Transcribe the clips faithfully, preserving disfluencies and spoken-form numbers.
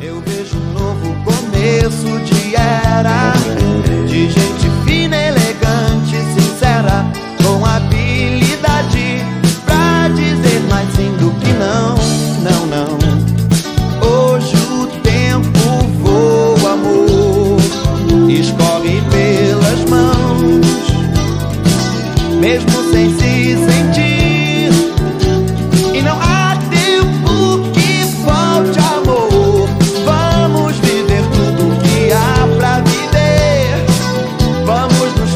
Eu vejo um novo começo de era, de gente fina, elegante, sincera, com habilidade pra dizer mais sim do que não, não, não. Hoje o tempo voa, amor, escorre pelas mãos, mesmo sem se sentir, e não há tempo que falte, amor. Vamos viver tudo que há pra viver, vamos nos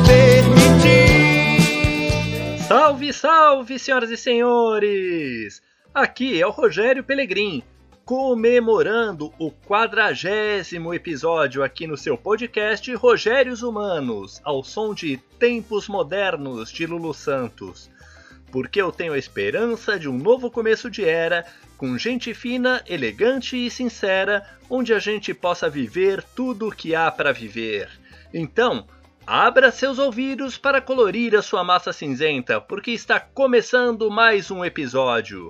permitir. Salve, salve, senhoras e senhores! Aqui é o Rogério Pelegrim, comemorando o quadragésimo episódio aqui no seu podcast Rogérios Humanos, ao som de Tempos Modernos de Lulu Santos. Porque eu tenho a esperança de um novo começo de era, com gente fina, elegante e sincera, onde a gente possa viver tudo o que há para viver. Então, abra seus ouvidos para colorir a sua massa cinzenta, porque está começando mais um episódio.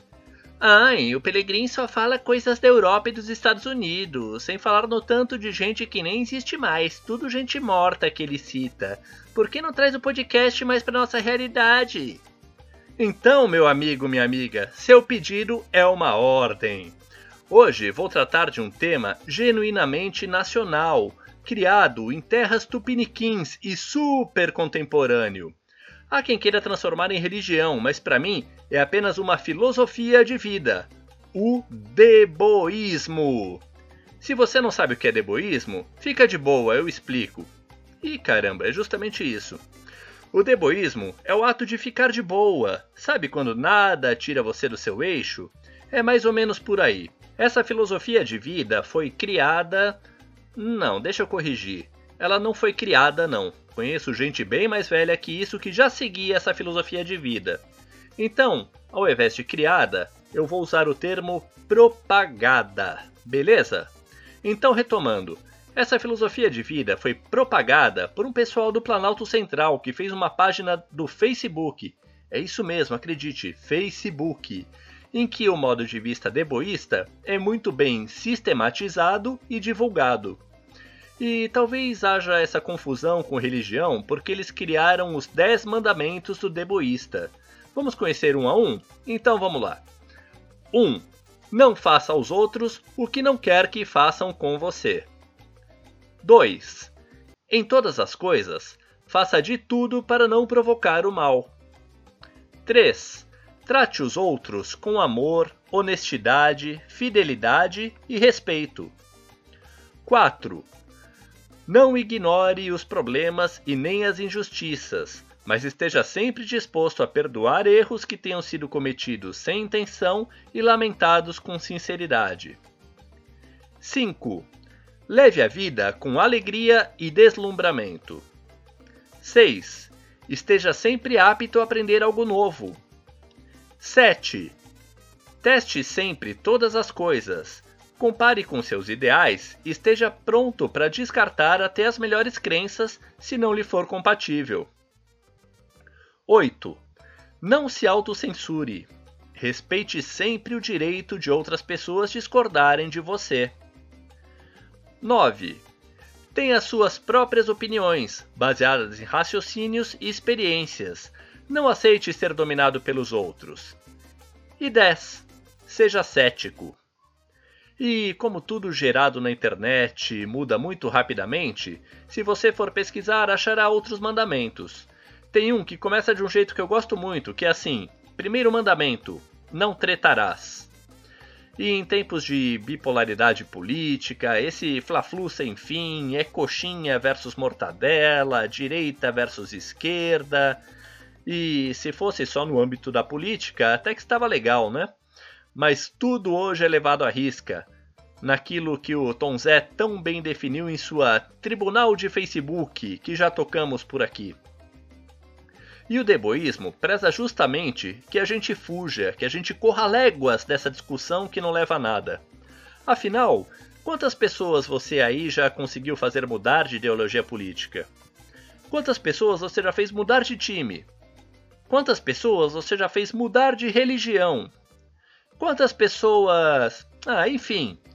Ai, o Pelegrim só fala coisas da Europa e dos Estados Unidos, sem falar no tanto de gente que nem existe mais, tudo gente morta que ele cita. Por que não traz o podcast mais para nossa realidade? Então, meu amigo, minha amiga, seu pedido é uma ordem. Hoje vou tratar de um tema genuinamente nacional, criado em terras tupiniquins e super contemporâneo. Há quem queira transformar em religião, mas para mim é apenas uma filosofia de vida. O deboísmo. Se você não sabe o que é deboísmo, fica de boa, eu explico. Ih, caramba, é justamente isso. O deboísmo é o ato de ficar de boa. Sabe quando nada tira você do seu eixo? É mais ou menos por aí. Essa filosofia de vida foi criada... Não, deixa eu corrigir. Ela não foi criada, não. Conheço gente bem mais velha que isso que já seguia essa filosofia de vida. Então, ao invés de criada, eu vou usar o termo propagada, beleza? Então, retomando, essa filosofia de vida foi propagada por um pessoal do Planalto Central que fez uma página do Facebook, é isso mesmo, acredite, Facebook, em que o modo de vista deboísta é muito bem sistematizado e divulgado. E talvez haja essa confusão com religião porque eles criaram os dez mandamentos do deboísta. Vamos conhecer um a um? Então vamos lá. um. Não faça aos outros o que não quer que façam com você. dois. Em todas as coisas, faça de tudo para não provocar o mal. três. Trate os outros com amor, honestidade, fidelidade e respeito. quatro. Não ignore os problemas e nem as injustiças, mas esteja sempre disposto a perdoar erros que tenham sido cometidos sem intenção e lamentados com sinceridade. cinco. Leve a vida com alegria e deslumbramento. seis. Esteja sempre apto a aprender algo novo. sete. Teste sempre todas as coisas. Compare com seus ideais e esteja pronto para descartar até as melhores crenças se não lhe for compatível. oito. Não se autocensure. Respeite sempre o direito de outras pessoas discordarem de você. nove. Tenha suas próprias opiniões, baseadas em raciocínios e experiências. Não aceite ser dominado pelos outros. E dez. Seja cético. E como tudo gerado na internet muda muito rapidamente, se você for pesquisar achará outros mandamentos. Tem um que começa de um jeito que eu gosto muito, que é assim: primeiro mandamento, não tretarás. E em tempos de bipolaridade política, esse fla-flu sem fim, é coxinha versus mortadela, direita versus esquerda. E se fosse só no âmbito da política, até que estava legal, né? Mas tudo hoje é levado à risca, naquilo que o Tom Zé tão bem definiu em sua Tribunal de Facebook, que já tocamos por aqui. E o deboísmo preza justamente que a gente fuja, que a gente corra léguas dessa discussão que não leva a nada. Afinal, quantas pessoas você aí já conseguiu fazer mudar de ideologia política? Quantas pessoas você já fez mudar de time? Quantas pessoas você já fez mudar de religião? Quantas pessoas... Ah, enfim.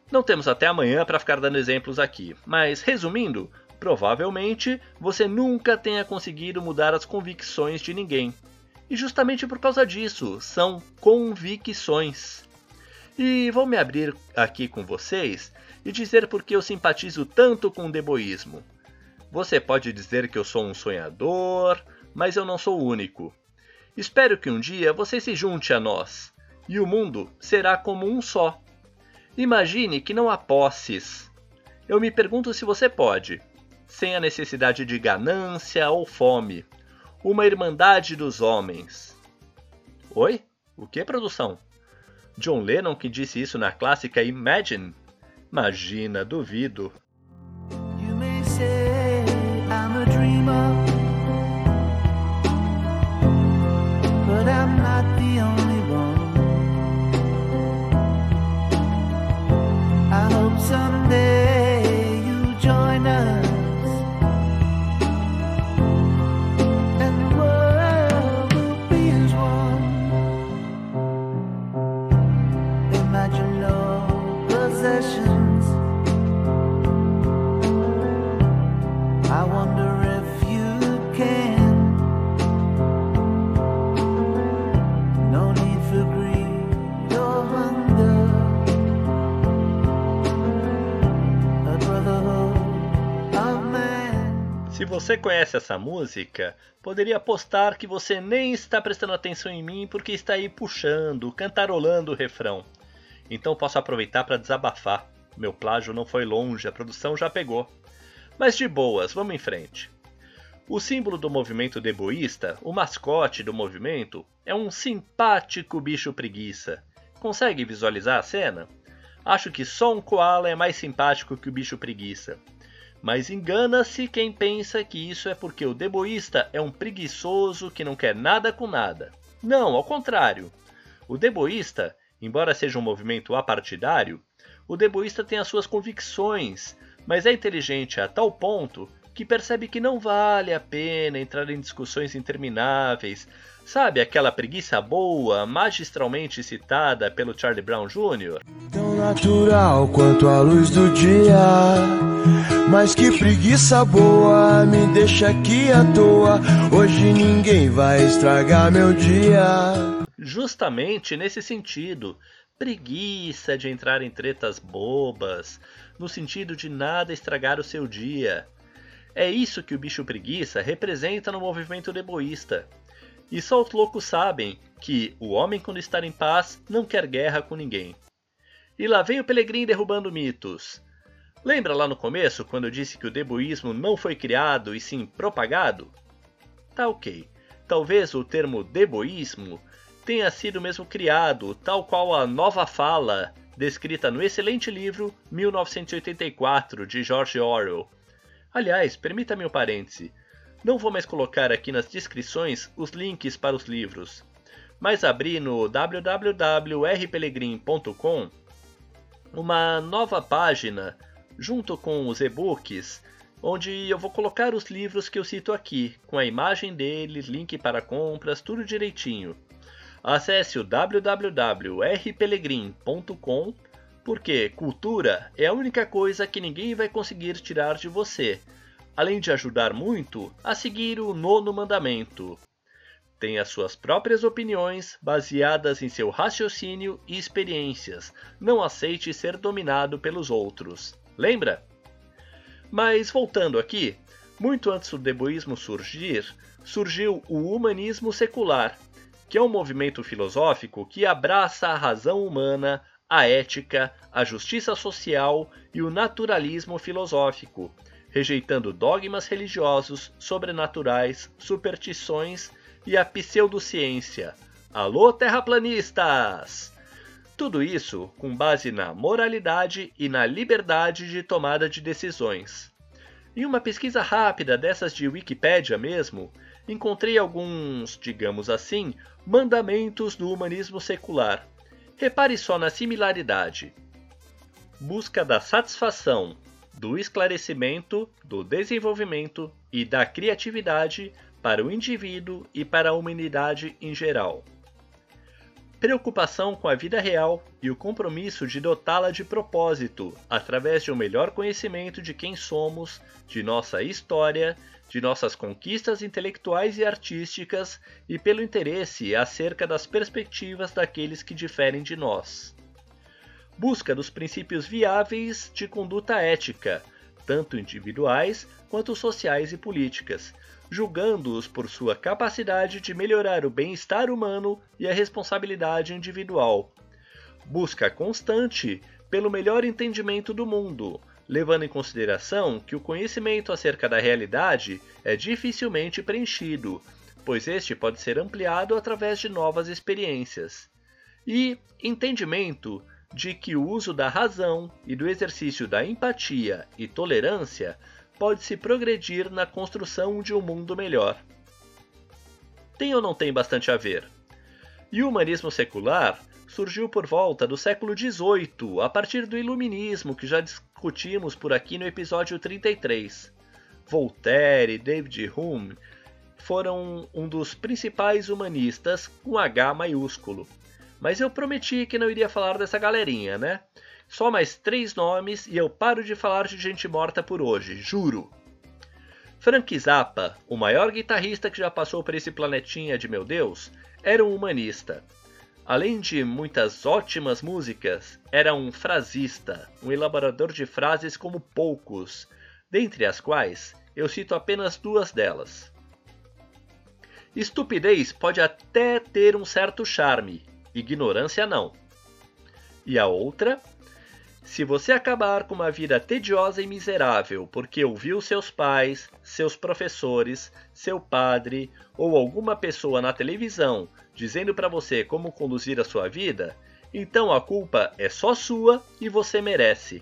Não temos até amanhã para ficar dando exemplos aqui, mas resumindo, provavelmente você nunca tenha conseguido mudar as convicções de ninguém. E justamente por causa disso, são convicções. E vou me abrir aqui com vocês e dizer por que eu simpatizo tanto com o deboísmo. Você pode dizer que eu sou um sonhador, mas eu não sou o único. Espero que um dia você se junte a nós, e o mundo será como um só. Imagine que não há posses. Eu me pergunto se você pode, sem a necessidade de ganância ou fome, uma irmandade dos homens. Oi? O que, produção? John Lennon que disse isso na clássica Imagine? Imagina, duvido. You may say I'm a dreamer, but I'm not the only one. I hope someday you join us, and the world will be as one. Imagine no possessions. I wonder if you can. No need for greed or hunger. A brotherhood of man. Se você conhece essa música, poderia apostar que você nem está prestando atenção em mim porque está aí puxando, cantarolando o refrão. Então posso aproveitar para desabafar. Meu plágio não foi longe, a produção já pegou. Mas de boas, vamos em frente. O símbolo do movimento deboísta, o mascote do movimento, é um simpático bicho preguiça. Consegue visualizar a cena? Acho que só um koala é mais simpático que o bicho preguiça. Mas engana-se quem pensa que isso é porque o deboísta é um preguiçoso que não quer nada com nada. Não, ao contrário. O deboísta, embora seja um movimento apartidário, o deboísta tem as suas convicções, mas é inteligente a tal ponto que percebe que não vale a pena entrar em discussões intermináveis. Sabe aquela preguiça boa, magistralmente citada pelo Charlie Brown Júnior? Tão natural quanto a luz do dia, mas que preguiça boa, me deixa aqui à toa, hoje ninguém vai estragar meu dia. Justamente nesse sentido, preguiça de entrar em tretas bobas, no sentido de nada estragar o seu dia. É isso que o bicho preguiça representa no movimento deboísta. E só os loucos sabem que o homem, quando está em paz, não quer guerra com ninguém. E lá vem o Pelegrin derrubando mitos. Lembra lá no começo, quando eu disse que o deboísmo não foi criado e sim propagado? Tá ok. Talvez o termo deboísmo tenha sido mesmo criado, tal qual a nova fala, descrita no excelente livro mil novecentos e oitenta e quatro, de George Orwell. Aliás, permita-me um parêntese. Não vou mais colocar aqui nas descrições os links para os livros, mas abri no w w w ponto r pelegrin ponto com uma nova página junto com os e-books, onde eu vou colocar os livros que eu cito aqui, com a imagem deles, link para compras, tudo direitinho. Acesse o w w w ponto r pelegrin ponto com, porque cultura é a única coisa que ninguém vai conseguir tirar de você, além de ajudar muito a seguir o nono mandamento. Tenha suas próprias opiniões baseadas em seu raciocínio e experiências. Não aceite ser dominado pelos outros. Lembra? Mas voltando aqui, muito antes do deboísmo surgir, surgiu o humanismo secular, que é um movimento filosófico que abraça a razão humana, a ética, a justiça social e o naturalismo filosófico, rejeitando dogmas religiosos, sobrenaturais, superstições e a pseudociência. Alô, terraplanistas! Tudo isso com base na moralidade e na liberdade de tomada de decisões. Em uma pesquisa rápida dessas de Wikipédia mesmo, encontrei alguns, digamos assim, mandamentos do humanismo secular. Repare só na similaridade. Busca da satisfação, do esclarecimento, do desenvolvimento e da criatividade para o indivíduo e para a humanidade em geral. preocupação com a vida real e o compromisso de dotá-la de propósito, através de um melhor conhecimento de quem somos, de nossa história, de nossas conquistas intelectuais e artísticas e pelo interesse acerca das perspectivas daqueles que diferem de nós. Busca dos princípios viáveis de conduta ética, tanto individuais quanto sociais e políticas, julgando-os por sua capacidade de melhorar o bem-estar humano e a responsabilidade individual. Busca constante pelo melhor entendimento do mundo, levando em consideração que o conhecimento acerca da realidade é dificilmente preenchido, pois este pode ser ampliado através de novas experiências. E entendimento de que o uso da razão e do exercício da empatia e tolerância pode-se progredir na construção de um mundo melhor. Tem ou não tem bastante a ver? E o humanismo secular surgiu por volta do século dezoito, a partir do iluminismo que já discutimos por aqui no episódio trinta e três. Voltaire e David Hume foram um dos principais humanistas com H maiúsculo. Mas eu prometi que não iria falar dessa galerinha, né? Só mais três nomes e eu paro de falar de gente morta por hoje, juro. Frank Zappa, o maior guitarrista que já passou por esse planetinha de meu Deus, era um humanista. Além de muitas ótimas músicas, era um frasista, um elaborador de frases como poucos, dentre as quais eu cito apenas duas delas. Estupidez pode até ter um certo charme, ignorância não. E a outra? Se você acabar com uma vida tediosa e miserável porque ouviu seus pais, seus professores, seu padre ou alguma pessoa na televisão dizendo para você como conduzir a sua vida, então a culpa é só sua e você merece.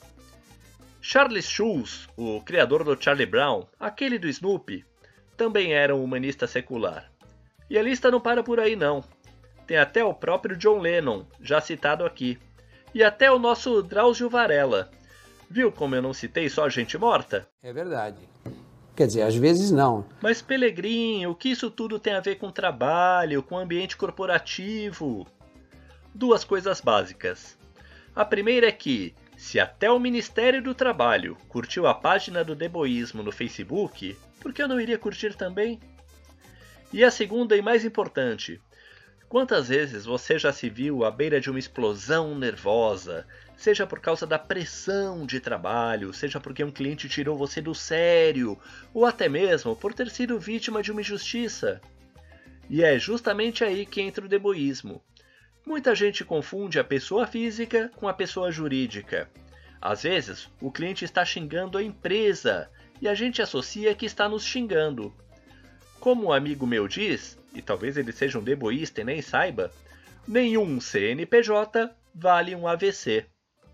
Charles Schulz, o criador do Charlie Brown, aquele do Snoopy, também era um humanista secular. E a lista não para por aí não. Tem até o próprio John Lennon, já citado aqui. E até o nosso Drauzio Varela. Viu como eu não citei só gente morta? É verdade. Quer dizer, às vezes não. Mas Pelegrinho, o que isso tudo tem a ver com trabalho, com ambiente corporativo? Duas coisas básicas. A primeira é que, se até o Ministério do Trabalho curtiu a página do Deboísmo no Facebook, por que eu não iria curtir também? E a segunda e mais importante, quantas vezes você já se viu à beira de uma explosão nervosa, seja por causa da pressão de trabalho, seja porque um cliente tirou você do sério, ou até mesmo por ter sido vítima de uma injustiça? E é justamente aí que entra o deboísmo. Muita gente confunde a pessoa física com a pessoa jurídica. Às vezes, o cliente está xingando a empresa e a gente associa que está nos xingando. Como um amigo meu diz, e talvez ele seja um deboísta e nem saiba, nenhum C N P J vale um A V C.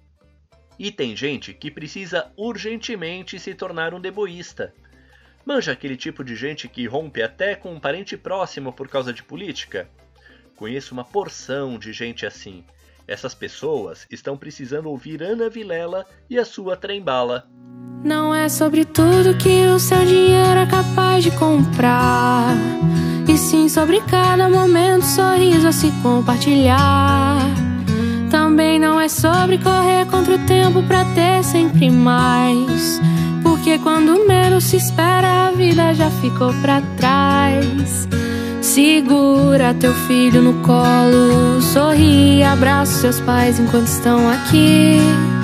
E tem gente que precisa urgentemente se tornar um deboísta. Manja aquele tipo de gente que rompe até com um parente próximo por causa de política? Conheço uma porção de gente assim. Essas pessoas estão precisando ouvir Ana Vilela e a sua trem-bala. Não é sobre tudo que o seu dinheiro é capaz de comprar, e sim sobre cada momento, sorriso a se compartilhar. Também não é sobre correr contra o tempo pra ter sempre mais, porque quando menos se espera a vida já ficou pra trás. Segura teu filho no colo, sorri, abraça seus pais enquanto estão aqui.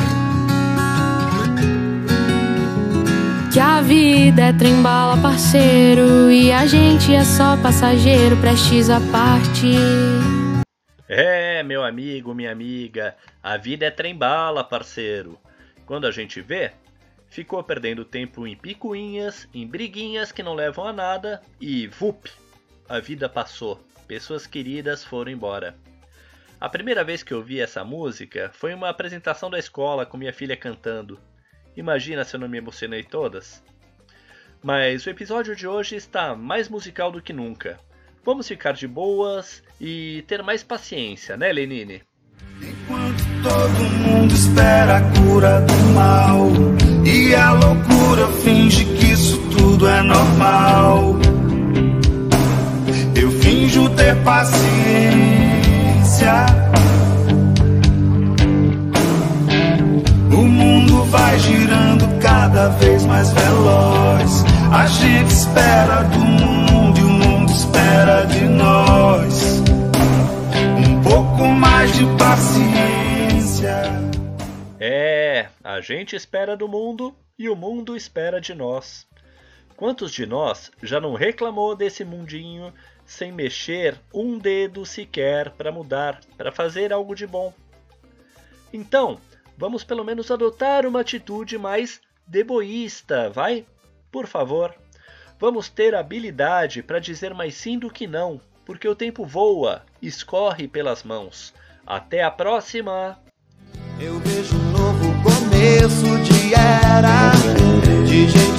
Que a vida é trem-bala, parceiro, e a gente é só passageiro, prestes à parte. É, meu amigo, minha amiga, a vida é trem-bala, parceiro. Quando a gente vê, ficou perdendo tempo em picuinhas, em briguinhas que não levam a nada e, vup, a vida passou. Pessoas queridas foram embora. A primeira vez que eu vi essa música foi em uma apresentação da escola com minha filha cantando. Imagina se eu não me emocionei todas. Mas o episódio de hoje está mais musical do que nunca. Vamos ficar de boas e ter mais paciência, né, Lenine? Enquanto todo mundo espera a cura do mal e a loucura finge que isso tudo é normal, eu finjo ter paciência cada vez mais veloz. A gente espera do mundo e o mundo espera de nós. Um pouco mais de paciência. É, a gente espera do mundo e o mundo espera de nós. Quantos de nós já não reclamou desse mundinho sem mexer um dedo sequer para mudar, para fazer algo de bom? Então, vamos pelo menos adotar uma atitude mais deboísta, vai? Por favor. Vamos ter habilidade para dizer mais sim do que não, porque o tempo voa, escorre pelas mãos. Até a próxima! Eu vejo um novo começo de era, de gente